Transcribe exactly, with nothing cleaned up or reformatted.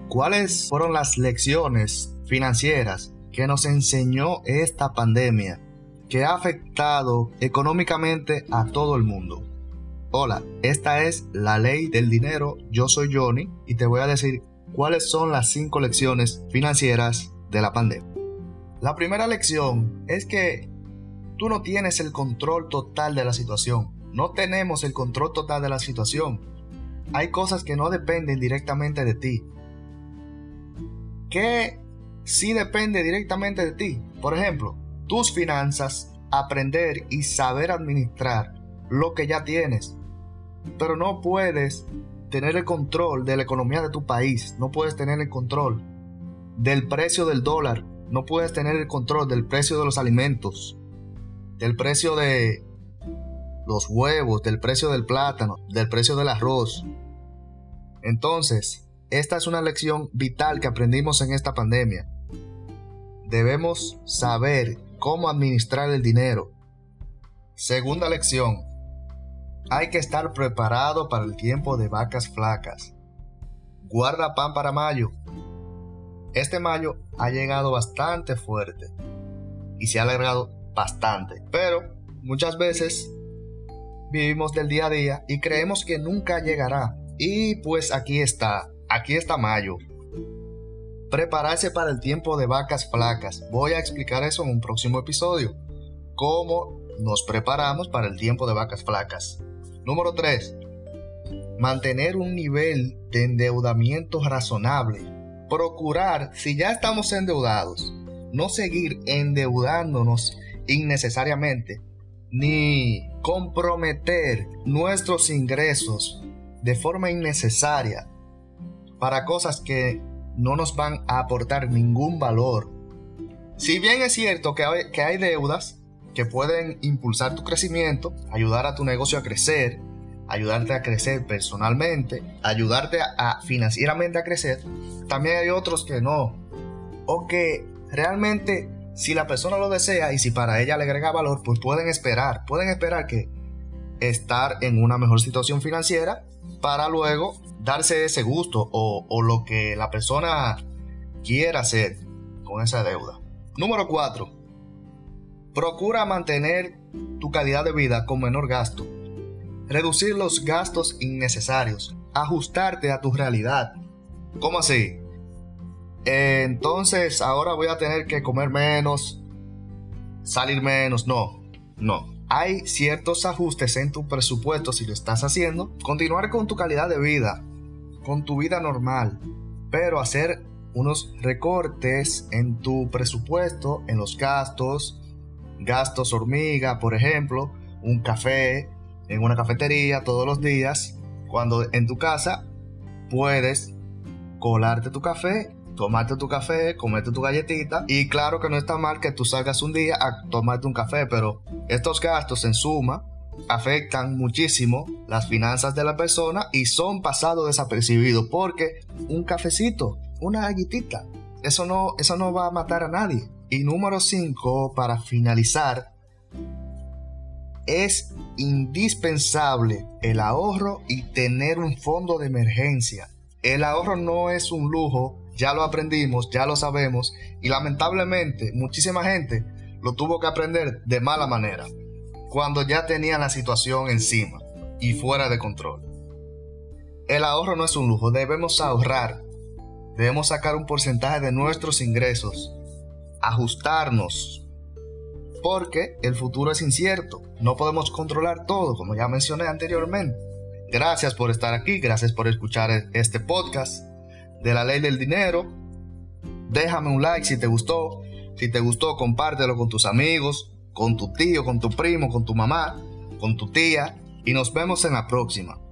¿Cuáles fueron las lecciones financieras que nos enseñó esta pandemia que ha afectado económicamente a todo el mundo? Hola, esta es La Ley del Dinero. Yo soy Johnny y te voy a decir cuáles son las cinco lecciones financieras de la pandemia. La primera lección es que tú no tienes el control total de la situación. No tenemos el control total de la situación. Hay cosas que no dependen directamente de ti. ¿Qué sí depende directamente de ti? Por ejemplo, tus finanzas, aprender y saber administrar lo que ya tienes. Pero no puedes tener el control de la economía de tu país. No puedes tener el control del precio del dólar. No puedes tener el control del precio de los alimentos, del precio de los huevos, del precio del plátano, del precio del arroz. Entonces, esta es una lección vital que aprendimos en esta pandemia. Debemos saber cómo administrar el dinero. Segunda lección. Hay que estar preparado para el tiempo de vacas flacas. Guarda pan para mayo. Este mayo ha llegado bastante fuerte y se ha alargado bastante, pero muchas veces vivimos del día a día y creemos que nunca llegará. Y pues aquí está, aquí está mayo. Prepararse para el tiempo de vacas flacas. Voy a explicar eso en un próximo episodio. Cómo nos preparamos para el tiempo de vacas flacas. Número tres. Mantener un nivel de endeudamiento razonable. Procurar, si ya estamos endeudados, no seguir endeudándonos innecesariamente, ni comprometer nuestros ingresos de forma innecesaria para cosas que no nos van a aportar ningún valor. Si bien es cierto que hay, que hay deudas que pueden impulsar tu crecimiento, ayudar a tu negocio a crecer, ayudarte a crecer personalmente, ayudarte a, a financieramente a crecer, también hay otros que no, o que realmente si la persona lo desea y si para ella le agrega valor, pues pueden esperar, pueden esperar que estar en una mejor situación financiera para luego darse ese gusto o, o lo que la persona quiera hacer con esa deuda. Número cuatro. Procura mantener tu calidad de vida con menor gasto. Reducir los gastos innecesarios. Ajustarte a tu realidad. ¿Cómo así? Eh, entonces ahora voy a tener que comer menos, salir menos. No, no. Hay ciertos ajustes en tu presupuesto si lo estás haciendo. Continuar con tu calidad de vida, con tu vida normal, pero hacer unos recortes en tu presupuesto, en los gastos, gastos hormiga, por ejemplo, un café en una cafetería todos los días, cuando en tu casa puedes colarte tu café, tomarte tu café, comerte tu galletita, y claro que no está mal que tú salgas un día a tomarte un café, pero estos gastos en suma afectan muchísimo las finanzas de la persona y son pasados desapercibidos porque un cafecito, una galletita, eso no, eso no va a matar a nadie. Y número cinco, para finalizar, es indispensable el ahorro y tener un fondo de emergencia. El ahorro no es un lujo, ya lo aprendimos, ya lo sabemos, y lamentablemente muchísima gente lo tuvo que aprender de mala manera, cuando ya tenían la situación encima y fuera de control. El ahorro no es un lujo, debemos ahorrar, debemos sacar un porcentaje de nuestros ingresos, ajustarnos, porque el futuro es incierto, no podemos controlar todo, como ya mencioné anteriormente. Gracias por estar aquí, gracias por escuchar este podcast de La Ley del Dinero. Déjame un like si te gustó. Si te gustó, compártelo con tus amigos, con tu tío, con tu primo, con tu mamá, con tu tía. Y nos vemos en la próxima.